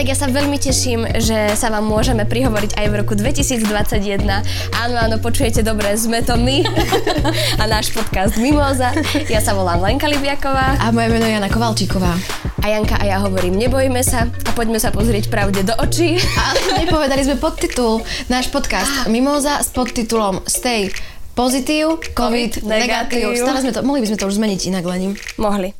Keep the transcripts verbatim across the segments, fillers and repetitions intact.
tak ja sa veľmi teším, že sa vám môžeme prihovoriť aj v roku dvetisícdvadsaťjeden. Áno, áno, počujete dobre, sme to my a náš podcast Mimóza. Ja sa volám Lenka Libiaková. A moje meno je Jana Kovalčíková. A Janka a ja hovorím, nebojme sa a poďme sa pozrieť pravde do očí. A nepovedali sme podtitul, náš podcast Mimóza s podtitulom Stay Pozitív, COVID, negatív. Stále sme to, mohli by sme to už zmeniť inak, Lením. Mohli.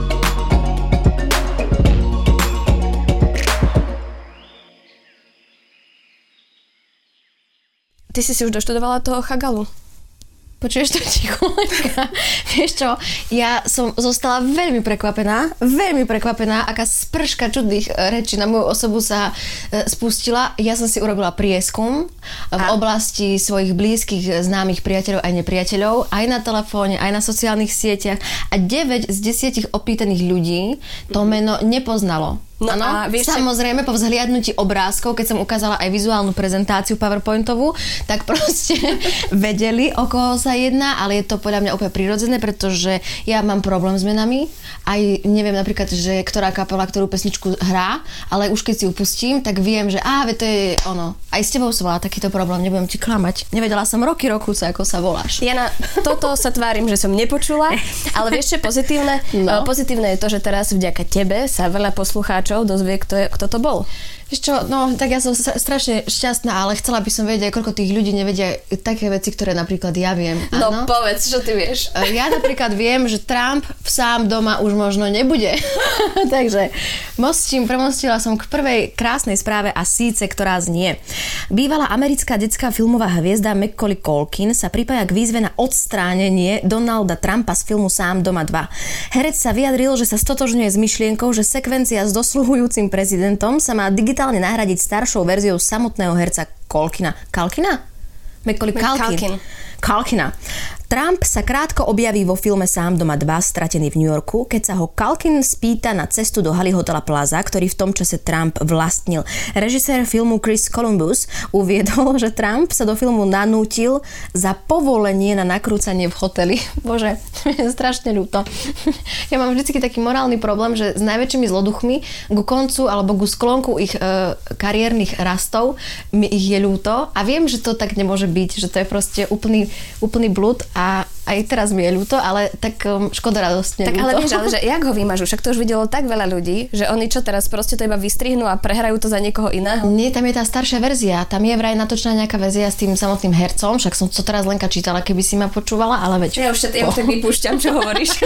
Ty si si už doštudovala toho Chagalu? Počuješ to, ticho, Lenka? Vieš čo, ja som zostala veľmi prekvapená, veľmi prekvapená, aká sprška čudných rečí na moju osobu sa e, spustila. Ja som si urobila prieskum v a? oblasti svojich blízkych, známych priateľov aj nepriateľov, aj na telefóne, aj na sociálnych sieťach a deväť z desiatich opýtaných ľudí to meno nepoznalo. No ano, a vieš, samozrejme po vzhliadnutí obrázkov, keď som ukázala aj vizuálnu prezentáciu PowerPointovú, tak proste vedeli, o koho sa jedná, ale je to podľa mňa úplne prirodzené, pretože ja mám problém s menami, aj neviem napríklad, že ktorá kapela, ktorú pesničku hrá, ale už keď si ju pustím, tak viem, že á, to je ono. Aj s tebou som mala takýto problém, nebudem ti klamať. Nevedela som roky, roku sa, ako sa voláš. Jana, toto sa tvárim, že som nepočula, ale vieš, čo pozitívne? No. Pozitívne je to, že teraz vďaka tebe sa veľa poslucháčov dozvie, kto, je, kto to bol. Vieš čo, no tak ja som strašne šťastná, ale chcela by som vedieť, koľko tých ľudí nevedia také veci, ktoré napríklad ja viem. No áno? Povedz, čo ty vieš. Ja napríklad viem, že Trump sám doma už možno nebude. Takže mostím, premostila som k prvej krásnej správe a síce, ktorá znie. Bývalá americká detská filmová hviezda Macaulay Culkin sa pripája k výzve na odstránenie Donalda Trumpa z filmu Sám doma dva. Herec sa vyjadril, že sa stotožňuje s myšlienkou, že sekvencia s dosluhujúcim prezidentom sa má digitálne digitálne nahradiť staršou verziou samotného herca Culkina. Culkina? Macaulay Culkin. Culkina. Trump sa krátko objaví vo filme Sám doma dva, stratený v New Yorku, keď sa ho Culkin spýta na cestu do haly hotela Plaza, ktorý v tom čase Trump vlastnil. Režisér filmu Chris Columbus uviedol, že Trump sa do filmu nanútil za povolenie na nakrúcanie v hoteli. Bože, je strašne ľúto. Ja mám vždycky taký morálny problém, že s najväčšími zloduchmi ku koncu alebo ku sklonku ich e, kariérnych rastov mi ich je ľúto a viem, že to tak nemôže byť, že to je proste úplný, úplný blud. A aj teraz mi je ľúto, ale tak um, škoda radostne tak ľúto. Ale vieš, ale že jak ho vymažu? Však to už videlo tak veľa ľudí, že oni čo teraz proste to iba vystrihnú a prehrajú to za niekoho iného? Nie, tam je tá staršia verzia. Tam je vraj natočená nejaká verzia s tým samotným hercom, však som to teraz Lenka čítala, keby si ma počúvala, ale veď... Ja už, ja už tak vypúšťam, čo hovoríš.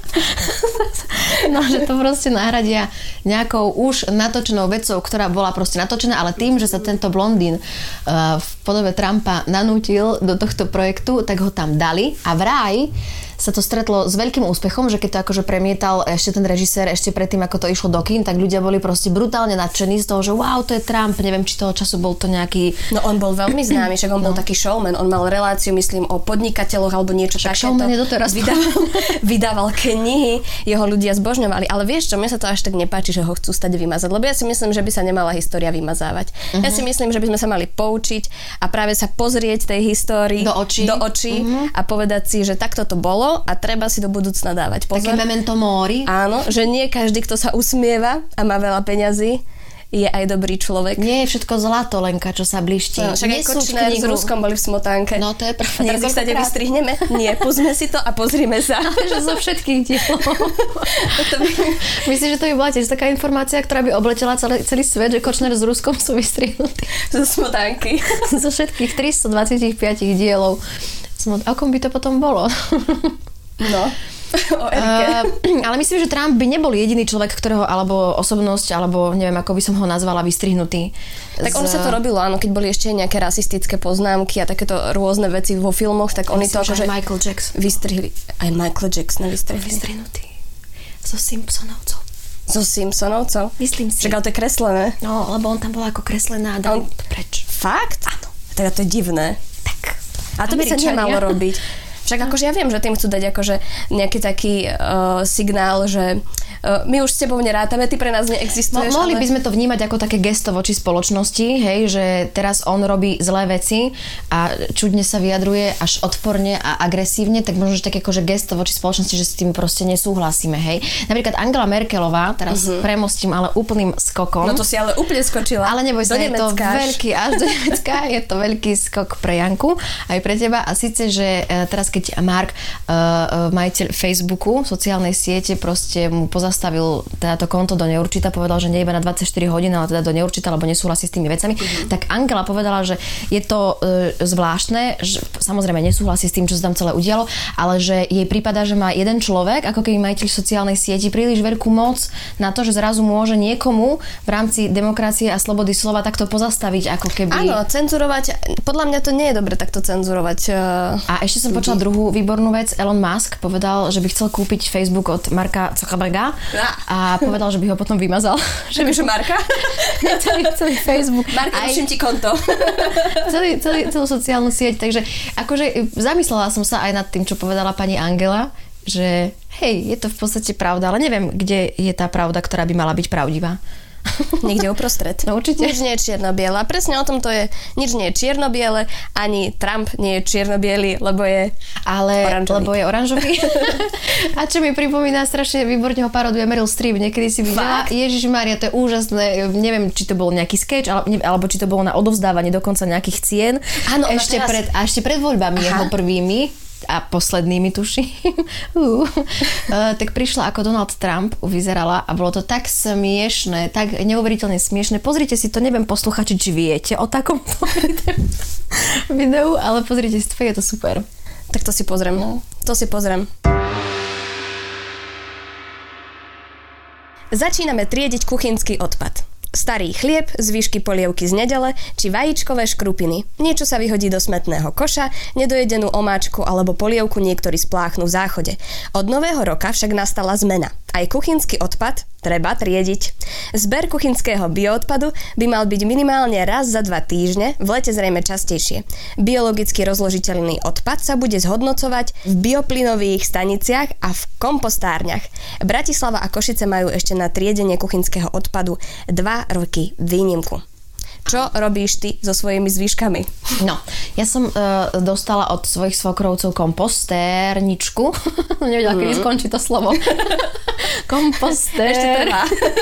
No, že to proste nahradia nejakou už natočenou vecou, ktorá bola proste natočená, ale tým, že sa tento blondín uh, v podobe Trumpa nanútil do tohto projektu, tak ho tam dali. A vraj sa to stretlo s veľkým úspechom, že keď to akože premietal ešte ten režisér ešte predtým, ako to išlo do kín, tak ľudia boli proste brutálne nadšení z toho, že wow, to je Trump. Neviem, či toho času bol to nejaký... No on bol veľmi známy, však on no. bol taký showman. On mal reláciu, myslím, o podnikateľoch alebo niečo však takéto. Showman je doteraz. Vydával, vydával knihy, jeho ľudia zbožňovali. Ale vieš čo, mne sa to až tak nepáči, že ho chcú stať vymazať. Lebo ja si myslím, že by sa nemala história vymazávať. Uh-huh. Ja si myslím, že by sme sa mali poučiť a práve sa pozrieť tej histórii do očí, do očí uh-huh. a povedať si, že takto to bolo a treba si do budúcna dávať pozor. Také memento mori. Áno, že nie každý, kto sa usmieva a má veľa peňazí, je aj dobrý človek. Nie je všetko zlato, Lenka, čo sa bliští. No, však aj Kočner s Ruskom boli v smotánke. No to je pravda. A teraz ich stade vystrihneme? Nie, pustme si to a pozrime sa. Ale že zo všetkých dielov. by... Myslím, že to by bola tiež taká informácia, ktorá by obletela celý, celý svet, že Kočner s Ruskom sú vystrihnutí. Zo smotánky. Zo všetkých tristodvadsaťpäť dielov. Akom by to potom bolo? No, o uh, ale myslím, že Trump by nebol jediný človek, ktorého, alebo osobnosť, alebo neviem, ako by som ho nazvala, vystrihnutý. Tak z... ono sa to robilo, áno, keď boli ešte nejaké rasistické poznámky a takéto rôzne veci vo filmoch, tak oni myslím, to akože Michael Jackson vystrihli. Aj Michael Jackson vystrihli. Vystrihnutý. So Simpsonovcov. So Simpsonovcov? Myslím si. Však ale to je kreslené. No, lebo on tam bol ako kreslená a dali on... preč. Fakt? Áno. Teda to je divné. Tak. A to by sa nemalo robiť. Však akože ja viem, že tým chcú dať akože nejaký taký uh, signál, že uh, my už s tebou nerátame, ty pre nás neexistuješ. Mo- mohli ale... by sme to vnímať ako také gesto voči spoločnosti, hej, že teraz on robí zlé veci a čudne sa vyjadruje až odporne a agresívne, tak možno, že také akože gesto voči spoločnosti, že s tým proste nesúhlasíme, hej. Napríklad Angela Merkelová, teraz uh-huh. premostím, ale úplným skokom. No to si ale úplne skočila. Ale neboj sa, je to veľký, až do Nemecka, je to veľký skok pre Janku, aj pre teba. A síce, že teraz keď Mark, uh, majiteľ Facebooku, sociálnej siete, proste mu pozastavil teda to konto do neurčita, povedal, že nie iba na dvadsaťštyri hodín, ale teda do neurčita, lebo nesúhlasí s tými vecami, mm-hmm. tak Angela povedala, že je to uh, zvláštne, že samozrejme nesúhlasí s tým, čo sa tam celé udialo, ale že jej prípada, že má jeden človek, ako keby majiteľ sociálnej sieti, príliš veľkú moc na to, že zrazu môže niekomu v rámci demokracie a slobody slova takto pozastaviť, ako keby... Áno, cenzurovať, podľa mňa to nie je dobre takto cenzurovať. Uh, a ešte som počula druhú výbornú vec. Elon Musk povedal, že by chcel kúpiť Facebook od Marka Zuckerberga a povedal, že by ho potom vymazal. Že by Marka? celý, celý Facebook. Marka, ruším ti konto. celý, celý, celú sociálnu sieť. Takže akože zamyslela som sa aj nad tým, čo povedala pani Angela, že hej, je to v podstate pravda, ale neviem, kde je tá pravda, ktorá by mala byť pravdivá. Niekde uprostred. No určite. Nič nie je čierno-biele. A presne o tom to je. Nič nie je čierno-biele, ani Trump nie je čierno-biely, lebo je Ale, oranžový. Lebo je oranžový. A čo mi pripomína, strašne výborne ho paroduje Meryl Streep. Niekedy si videla. Ježišmária, to je úžasné. Neviem, či to bol nejaký sketch, alebo či to bolo na odovzdávanie dokonca nejakých cien. Áno, ešte teraz... pred, a ešte pred voľbami Aha. jeho prvými a poslednými, tuším, uh, tak prišla ako Donald Trump, vyzerala a bolo to tak smiešné, tak neuveriteľne smiešné. Pozrite si to, neviem posluchači, či viete o takomto videu, ale pozrite si to, je to super. Tak to si pozriem. No. To si pozriem. Začíname triediť kuchynský odpad. Starý chlieb, zvyšky polievky z nedele či vajíčkové škrupiny. Niečo sa vyhodí do smetného koša, nedojedenú omáčku alebo polievku niektorí spláchnú v záchode. Od nového roka však nastala zmena. Aj kuchynský odpad treba triediť. Zber kuchynského bioodpadu by mal byť minimálne raz za dva týždne, v lete zrejme častejšie. Biologicky rozložiteľný odpad sa bude zhodnocovať v bioplynových staniciach a v kompostárniach. Bratislava a Košice majú ešte na triedenie kuchynského odpadu dva roky výnimku. Čo robíš ty so svojimi zvyškami? No, ja som uh, dostala od svojich svokrovcov kompostérničku. Nevedela, mm. kedy skončí to slovo. Kompostér. Ešte teda.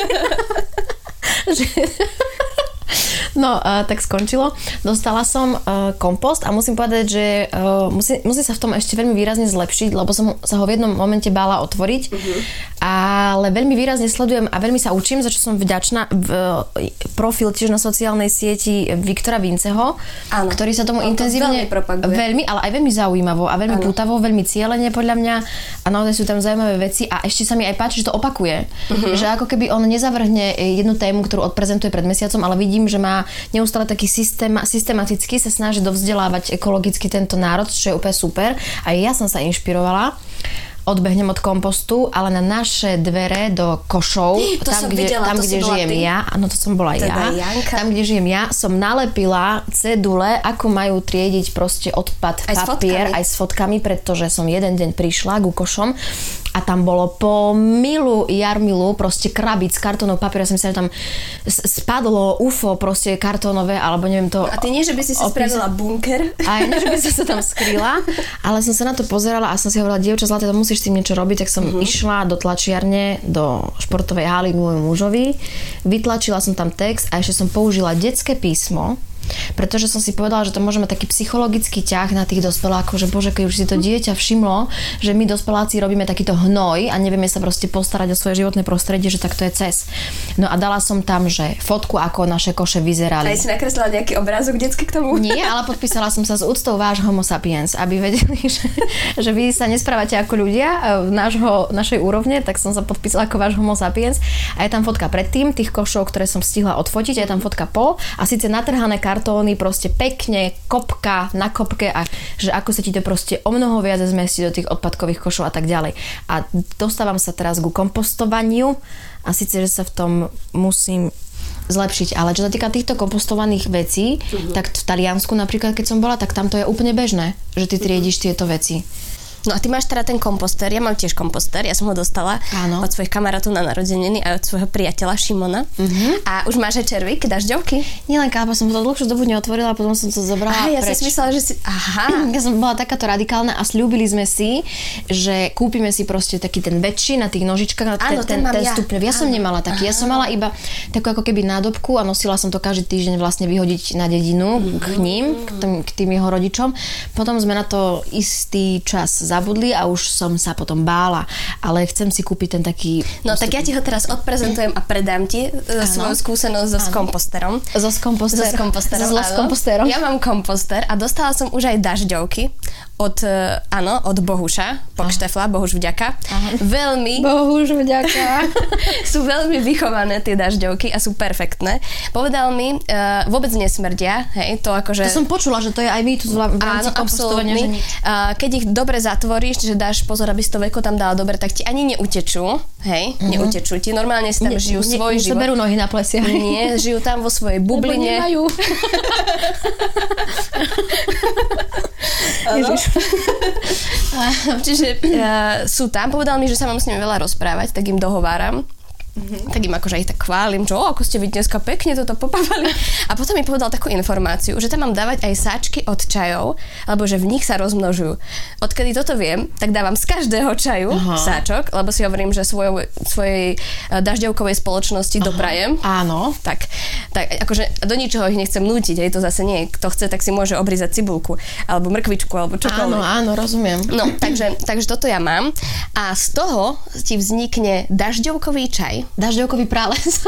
No, uh, tak skončilo. Dostala som uh, kompost a musím povedať, že uh, musí, musí sa v tom ešte veľmi výrazne zlepšiť, lebo som sa ho v jednom momente bála otvoriť. Uh-huh. Ale veľmi výrazne sledujem a veľmi sa učím, za čo som vďačná. V, profil tiež na sociálnej sieti Viktora Vinceho, áno, ktorý sa tomu on intenzívne to veľmi propaguje. Veľmi, ale aj veľmi zaujímavo a veľmi áno. pútavo, veľmi cielene podľa mňa a naozaj sú tam zaujímavé veci a ešte sa mi aj páči, že to opakuje. Uh-huh. Že ako keby on nezavrhne jednu tému, ktorú odprezentuje pred mesiacom, ale vidím, že má neustále taký systém, systematicky sa snaží dovzdelávať ekologicky tento národ, čo je úplne super. A ja som sa inšpirovala. Odbehnem od kompostu, ale na naše dvere do košov, to tam, kde, videla, tam, kde žijem ty? ja, áno, to som bola teda ja, Janka. Tam, kde žijem ja, som nalepila cedule, ako majú triediť proste odpad, aj papier, s aj s fotkami, pretože som jeden deň prišla ku košom a tam bolo po milu jarmilu proste krabic kartónov papiera. Ja som si, že tam spadlo ú ef ó proste kartónové, alebo neviem to... A ty nie, že by si si opis... spravila bunker? Aj nie, že by som sa tam skrýla, ale som sa na to pozerala a som si hovorila, dievča zlaté, to musíš s tým niečo robiť, tak som uh-huh. išla do tlačiarne, do športovej haly k môjmu mužovi, vytlačila som tam text a ešte som použila detské písmo, pretože som si povedala, že to môže mať taký psychologický ťah na tých dospelákov, že bože, keď už si to dieťa všimlo, že my dospeláci robíme takýto hnoj a nevieme sa proste postarať o svoje životné prostredie, že tak to je cez. No a dala som tam, že fotku, ako naše koše vyzerali. A si nakreslila nejaký obrázok detský k tomu? Nie, ale podpísala som sa s úctou váš homo sapiens, aby vedeli, že, že vy sa nesprávate ako ľudia nášho, našej úrovne, tak som sa podpísala ako váš homo sapiens. A je tam fotka predtým, tých košov, ktoré som stihla odfotiť, a je tam fotka po a síce natrhané kartóny, proste pekne, kopka na kopke a že ako sa ti to proste o mnoho viac zmestí do tých odpadkových košov a tak ďalej. A dostávam sa teraz ku kompostovaniu a síce, že sa v tom musím zlepšiť, ale čo sa týka týchto kompostovaných vecí, uh-huh. tak v Taliansku napríklad, keď som bola, tak tam to je úplne bežné, že ty triediš tieto veci. No a ty máš teda ten komposter, ja mám tiež komposter, ja som ho dostala Áno. od svojich kamarátov na narodeniny a od svojho priateľa Šimona. Uh-huh. A už máš aj červík, dažďovky? Nielen kápa, som to dlhšiu dobu neotvorila, potom som to zobrala Aha, ja preč. som si myslela, že si... Aha. Ja som bola takáto radikálna a sľúbili sme si, že kúpime si proste taký ten väčší na tých nožičkách, na Áno, ten, ten, ten mám ten ja. stupňov. Ja som nemala taký, ja som mala iba takú ako keby nádobku a nosila som to každý týždeň vlastne vyhodiť na dedinu mm-hmm. k ním, k tým, k tým jeho rodičom. Potom sme na to istý čas zabudli a už som sa potom bála, ale chcem si kúpiť ten taký... No tak ja ti ho teraz odprezentujem a predám ti ano. svoju skúsenosť so komposterom. So komposterom. So komposterom, so komposterom. Ja mám komposter a dostala som už aj dažďovky od, áno, od Bohuša, Pokštefla, Bohuš vďaka. Aha. Veľmi... Bohuš vďaka. Sú veľmi vychované tie dažďovky a sú perfektné. Povedal mi, uh, vôbec nesmrdia, hej, to akože... To som počula, že to je aj mýtus v rámci kompostovania, že nič. Uh, keď ich dobre zatvoríš, že dáš pozor, aby si to veko tam dala dobre, tak ti ani neutečú, hej, uh-huh. neutečú ti. Normálne si tam ne, žijú ne, svoj ne, život. Neberú nohy na plesia. Nie, žijú tam vo svojej bubline. Lebo nemajú. Čiže uh, sú tam, povedal mi, že sa mám s nimi veľa rozprávať, tak im dohováram. Mm-hmm. Tak im akože ich tak chválim, čo ako ste vy dneska pekne toto popávali. A potom mi povedal takú informáciu, že tam mám dávať aj sáčky od čajov, alebo že v nich sa rozmnožujú. Odkedy toto viem, tak dávam z každého čaju Aha. sáčok, lebo si hovorím, že svojou, svojej dažďovkovej spoločnosti Aha. doprajem. Áno. Tak, tak akože do ničoho ich nechcem nútiť, hej, to zase nie. Kto chce, tak si môže obrízať cibulku, alebo mrkvičku, alebo čokoľvek. Áno, áno, rozumiem. No, takže, takže toto ja mám. A z toho ti vznikne dažďovkový čaj. Dažďovkový prales.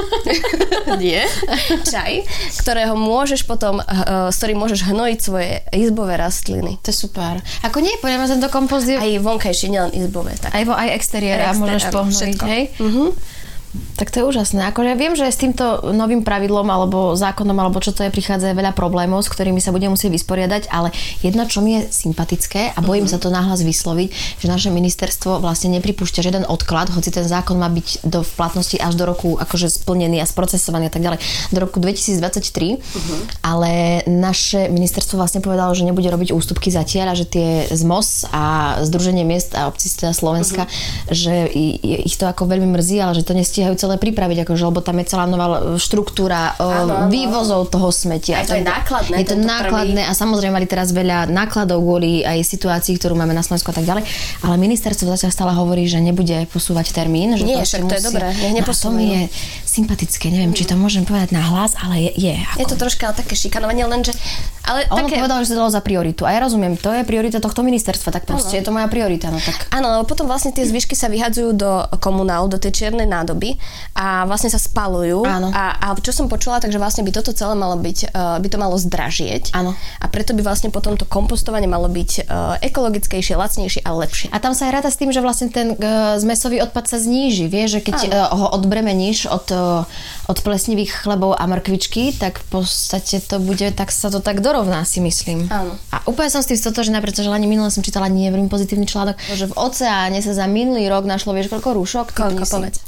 Nie. Čaj, ktorého môžeš potom, uh, s ktorým môžeš hnojiť svoje izbové rastliny. To je super. Ako nie, poďme tento kompost... Je... Aj vonkajšie, nielen izbové. Tak. Aj, vo, aj exteriéra Exter- môžeš pohnojiť, hej? Mhm. Tak to je úžasné. Akože ja viem, že s týmto novým pravidlom alebo zákonom, alebo čo to je, prichádza veľa problémov, s ktorými sa budeme musieť vysporiadať, ale jedna, čo mi je sympatické a bojím uh-huh. sa to nahlas vysloviť, že naše ministerstvo vlastne nepripúšťa žiaden odklad, hoci ten zákon má byť do platnosti až do roku akože splnený a sprocesovaný a tak ďalej, do roku dvetisícdvadsaťtri, uh-huh. ale naše ministerstvo vlastne povedalo, že nebude robiť ústupky zatiaľ a že tie z em o es a Združenie miest a obcí teda Slovenska, uh-huh. že ich to ako veľmi mrzí, ale že to nestíhajú celé pripraviť, akože, lebo tam je celá nová štruktúra áno, áno. vývozov toho smetia. A to je nákladné. Je to nákladné prvý. A samozrejme mali teraz veľa nákladov kvôli aj situácii, ktorú máme na Slovensku a tak ďalej, ale ministerstvo zatiaľ stále hovorí, že nebude posúvať termín. Že Nie, však to je dobré, nech neposúvajú. No, to mi je sympatické, neviem, či to môžem povedať na hlas, ale je. Je, ako... je to troška také šikanovanie, lenže... Ale ono také... povedalo, že to dalo za prioritu. A ja rozumiem, to je priorita tohto ministerstva, tak proste ano. Je to moja priorita. No tak. Áno, lebo potom vlastne tie zvyšky sa vyhadzujú do komunálu, do tej čiernej nádoby a vlastne sa spalujú. Áno. A, a čo som počula, takže vlastne by toto celé malo byť, uh, by to malo zdražieť. Áno. A preto by vlastne potom to kompostovanie malo byť uh, ekologickejšie, lacnejšie a lepšie. A tam sa aj ráta s tým, že vlastne ten uh, zmesový odpad sa zníži. Vieš, že keď uh, ho odbremeníš od, uh, od plesnivých chlebov a mrkvičky, tak v podstate to bude, tak sa to tak dorovná, si myslím. Áno. A úplne som s tým stotožená, pretože ani minule som čítala nie veľmi pozitívny článok, že v oceáne sa za minulý rok našlo, vieš, koľko rúšok? Koľko, povedz.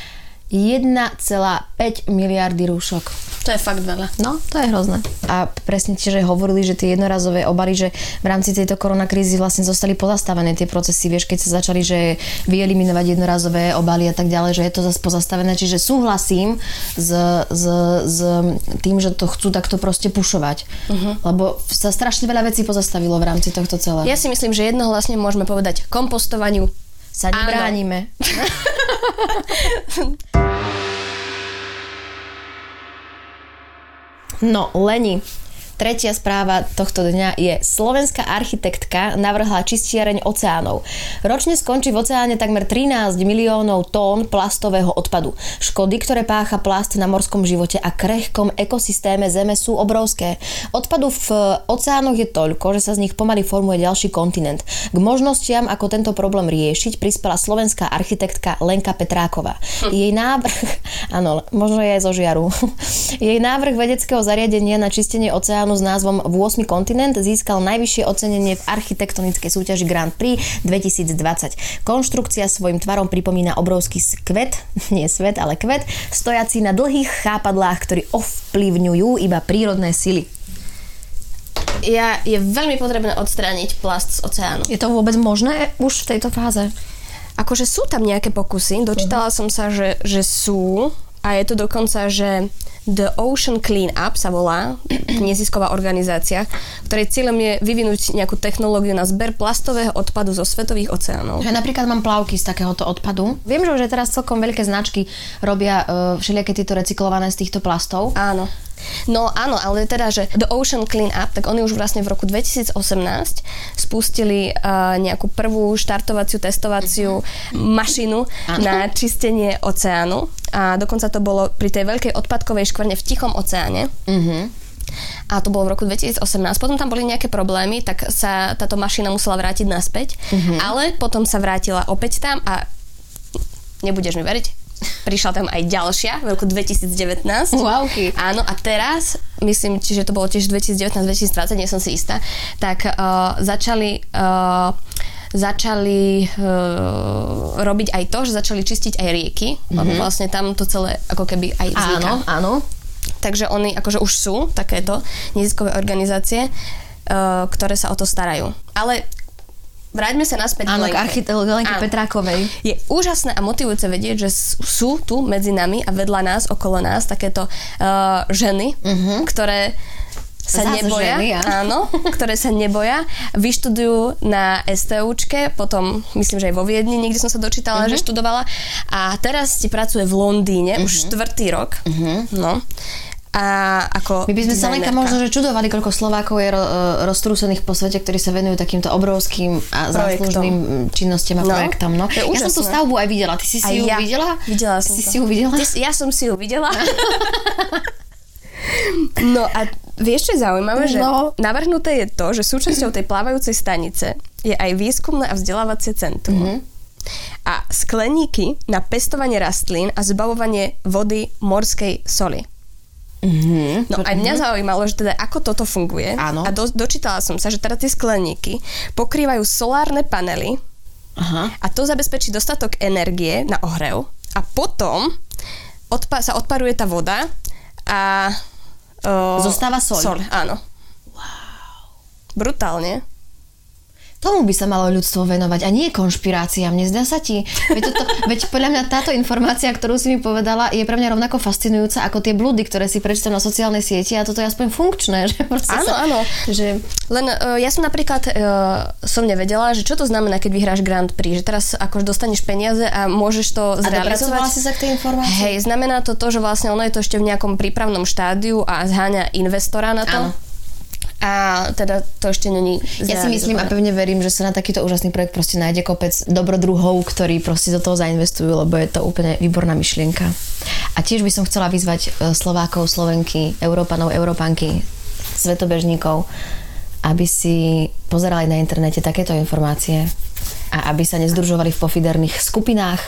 jeden celá päť miliardy rúšok. To je fakt veľa. No, to je hrozné. A presne tiež hovorili, že tie jednorazové obaly, že v rámci tejto koronakrízy vlastne zostali pozastavené tie procesy, vieš, keď sa začali, že vyeliminovať jednorazové obaly a tak ďalej, že je to zase pozastavené. Čiže súhlasím s, s, s tým, že to chcú takto proste pušovať. Uh-huh. Lebo sa strašne veľa vecí pozastavilo v rámci tohto celého. Ja si myslím, že jednohlasne môžeme povedať kompostovaniu sa nebránime. No, Leni, tretia správa tohto dňa je: slovenská architektka navrhla čistiareň oceánov. Ročne skončí v oceáne takmer trinásť miliónov tón plastového odpadu. Škody, ktoré pácha plast na morskom živote a krehkom ekosystéme Zeme, sú obrovské. Odpadu v oceánoch je toľko, že sa z nich pomaly formuje ďalší kontinent. K možnostiam, ako tento problém riešiť, prispela slovenská architektka Lenka Petráková. Hm. Jej návrh, áno, možno je aj zo žiaru. Jej návrh vedeckého zariadenia na čistenie oceánu s názvom ôsmy kontinent získal najvyššie ocenenie v architektonickej súťaži Grand Prix dvetisícdvadsať. Konštrukcia svojim tvarom pripomína obrovský kvet, nie svet, ale kvet, stojací na dlhých chápadlách, ktorí ovplyvňujú iba prírodné sily. Ja, je veľmi potrebné odstrániť plast z oceánu. Je to vôbec možné už v tejto fáze? Akože sú tam nejaké pokusy, dočítala uh-huh. som sa, že, že sú a je to dokonca, že The Ocean Cleanup sa volá, nezisková organizácia, ktorej cieľom je vyvinúť nejakú technológiu na zber plastového odpadu zo svetových oceánov. Ja napríklad mám plavky z takéhoto odpadu. Viem, že už teraz celkom veľké značky robia uh, všelijaké tieto recyklované z týchto plastov. Áno. No áno, ale teda, že The Ocean Cleanup, tak oni už vlastne v roku dvetisícosemnásť spustili uh, nejakú prvú štartovaciu, testovaciu uh-huh. mašinu áno. na čistenie oceánu a dokonca to bolo pri tej veľkej odpadkovej škvrne v Tichom oceáne. Uh-huh. A to bolo v roku dvetisícosemnásť. Potom tam boli nejaké problémy, tak sa táto mašina musela vrátiť naspäť, uh-huh. ale potom sa vrátila opäť tam a nebudeš mi veriť, prišla tam aj ďalšia v roku dvetisícdevätnásť. Wow, okay. Áno, a teraz, myslím, čiže to bolo tiež dvetisícdevätnásť dvetisícdvadsať, nie som si istá, tak uh, začali uh, začali uh, robiť aj to, že začali čistiť aj rieky, mm-hmm. lebo vlastne tam to celé ako keby aj vzniká. Áno, áno. Takže oni akože už sú takéto neziskové organizácie, uh, ktoré sa o to starajú. Ale vráťme sa naspäť áno, k Lenke Petrákovej. Je úžasné a motivujúce vedieť, že sú tu medzi nami a vedľa nás, okolo nás takéto uh, ženy, uh-huh. ktoré sa Zás neboja, ženy, ja. áno, ktoré sa neboja, vyštudujú na STUčke, potom myslím, že aj vo Viedni, niekde som sa dočítala, uh-huh. že študovala a teraz ti pracuje v Londýne uh-huh. už štvrtý rok. Uh-huh. No. A ako my by sme sa Lenka možno, že čudovali, koľko Slovákov je ro, roztrúsených po svete, ktorí sa venujú takýmto obrovským a záslužným činnostiam a no, projektom. No. Ja úžasné. Som tú stavbu aj videla. Ty si si ju ja. videla? Videla som si to. si ju videla? Ty, ja som si ju videla. No a vieš, čo je zaujímavé, že no. navrhnuté je to, že súčasťou tej plávajúcej stanice je aj výskumné a vzdelávacie centrum. Mm-hmm. A skleníky na pestovanie rastlín a zbavovanie vody morskej soli. Mm-hmm. No aj mňa zaujímalo, že teda ako toto funguje. Áno. A do, dočítala som sa, že teda tie skleníky pokrývajú solárne panely. Aha. A to zabezpečí dostatok energie na ohrev a potom odpa- sa odparuje tá voda a o, zostáva soľ. Soľ, áno. Wow. Brutálne. Tomu by sa malo ľudstvo venovať a nie konšpiráciám. Nezdá sa ti? Veď, toto, veď podľa mňa táto informácia, ktorú si mi povedala, je pre mňa rovnako fascinujúca ako tie blúdy, ktoré si prečítam na sociálnej sieti a toto je aspoň funkčné. Že áno, sa, áno. Že... Len uh, ja som napríklad uh, som nevedela, že čo to znamená, keď vyhráš Grand Prix. Že teraz akože dostaneš peniaze a môžeš to zrealizovať. A dopracovala si sa k tej informácii? Hej, znamená to to, že vlastne ono je to ešte v nejakom prípravnom štádiu a zháňa investora na to. Áno. A teda to ešte není zrealizované. Ja si myslím a pevne verím, že sa na takýto úžasný projekt proste nájde kopec dobrodruhov, ktorí proste do toho zainvestujú, lebo je to úplne výborná myšlienka. A tiež by som chcela vyzvať Slovákov, Slovenky, Európanov, Európanky, svetobežníkov, aby si pozerali na internete takéto informácie a aby sa nezdružovali v pofiderných skupinách,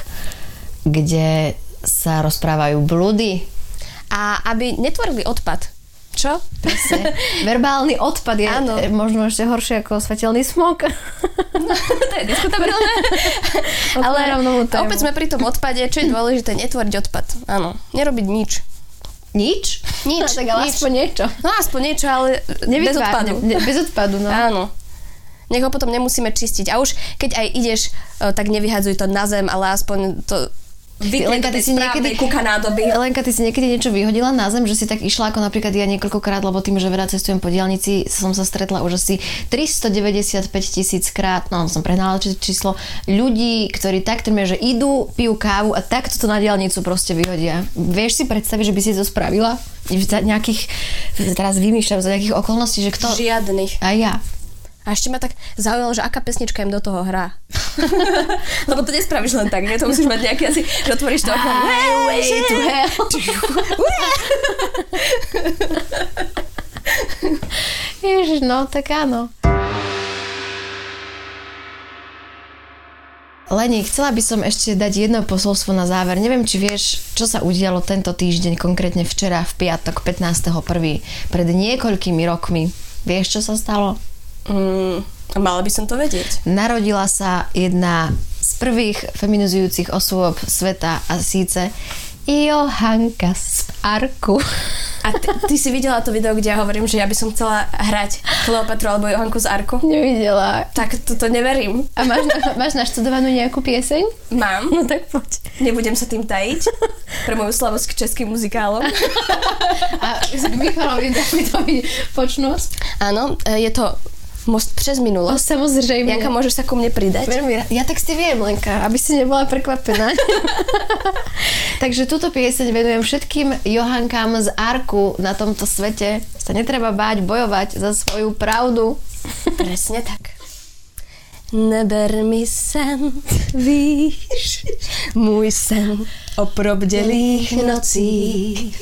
kde sa rozprávajú blúdy. A aby netvorili odpad. Čo? Presne. Verbálny odpad je áno. možno ešte horšie ako svetelný smog. No, to je diskutabilné. Ale opäť sme pri tom odpade, čo je dôležité, netvoriť odpad. Áno, nerobiť nič. Nič? Nič. No, tak ale nič. aspoň niečo. No aspoň niečo, ale bez odpadu. Ne, bez odpadu, no. Áno. Nech ho potom nemusíme čistiť. A už keď aj ideš, tak nevyhadzuj to na zem, ale aspoň to... Lenka, ty si niekedy, Lenka, ty si niekedy niečo vyhodila na zem, že si tak išla, ako napríklad ja niekoľkokrát, lebo tým, že veľa cestujem po diaľnici, som sa stretla už asi tristodeväťdesiatpäť tisíc krát, no som prehnala číslo, ľudí, ktorí takto že idú, pijú kávu a takto to na diaľnicu proste vyhodia. Vieš si predstaviť, že by si to spravila? Za nejakých, teraz vymýšľam, za nejakých okolností, že kto... Žiadnych. A ja. A ešte ma tak zaujalo, že aká pesnička im do toho hrá. Lebo to nespravíš len tak, nie? To musíš mať nejaký asi, že otvoríš to okno. Highway to hell. Ježiš, no, tak áno. Leni, chcela by som ešte dať jedno posolstvo na záver. Neviem, či vieš, čo sa udialo tento týždeň, konkrétne včera v piatok pätnásteho prvého pred niekoľkými rokmi. Vieš, čo sa stalo? Mm, mala by som to vedieť. Narodila sa jedna z prvých feminizujúcich osôb sveta a síce Johanka z Arku. A ty, ty si videla to video, kde ja hovorím, že ja by som chcela hrať Kleopatru alebo Johanku z Arku? Nevidela. Tak toto neverím. A máš, máš naštudovanú nejakú pieseň? Mám. No tak poď. Nebudem sa tým tajiť pre moju slavosť k českým muzikálom. A s Michalovi Davidovi počnúť? Áno, je to Most přes minulosť. O, samozrejme. Janka, môžeš sa ku mne pridať? Veľmi rád. Ja tak si viem, Lenka, aby si nebola prekvapená. Takže túto pieseň venujem všetkým Johankám z Arku na tomto svete. Sa netreba báť bojovať za svoju pravdu. Presne tak. Neber mi sen, víš, môj sen o probdelých nocích.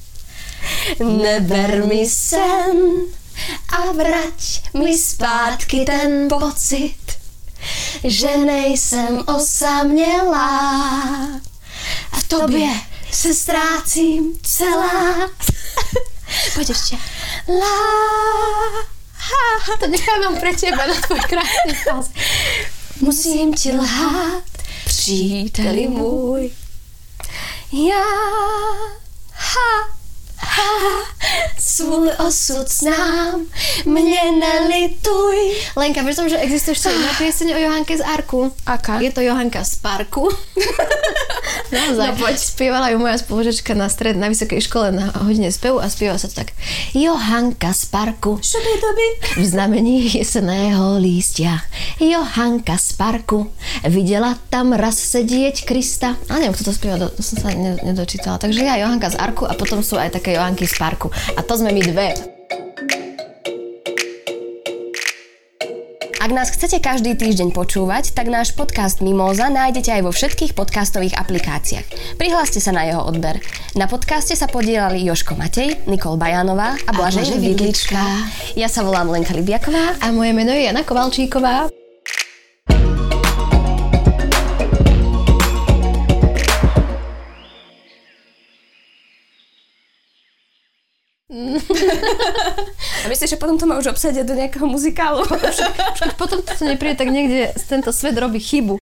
Neber mi sen a vrať mi zpátky ten pocit, že nejsem osamělá. V tobě se ztrácím celá. Pojď ještě. La, ha, to nechávam pre teba na tvoj krásny hlas. Musím ti lhát, příteli můj. Já, ha, ha, svůj osud znám, mě nelituj. Lenka, vieš som, že existuje ešte jedna pieseň o Johanke z Arku. Aká? Je to Johanka z Parku. Naozaj. No poď. Spievala ju moja spolužička na stred, na vysokej škole na hodine spevu a spieva sa to tak. Johanka z Parku. V znamení jeseného lístia. Johanka z Parku. Videla tam raz sedieť Krista. A neviem, kto to spieva, to, to som sa ne, nedočítala. Takže ja Johanka z Arku a potom sú aj také Johanky z Parku. A to sme my dve. Ak nás chcete každý týždeň počúvať, tak náš podcast Mimóza nájdete aj vo všetkých podcastových aplikáciách. Prihláste sa na jeho odber. Na podcaste sa podielali Jožko Matej, Nikol Bajanová a Blažej Vidlička. Ja sa volám Lenka Libiaková. A moje meno je Jana Kovalčíková. A myslíš, že potom to má už obsadia do nejakého muzikálu? Potom to nepríde, tak niekde tento svet robí chybu.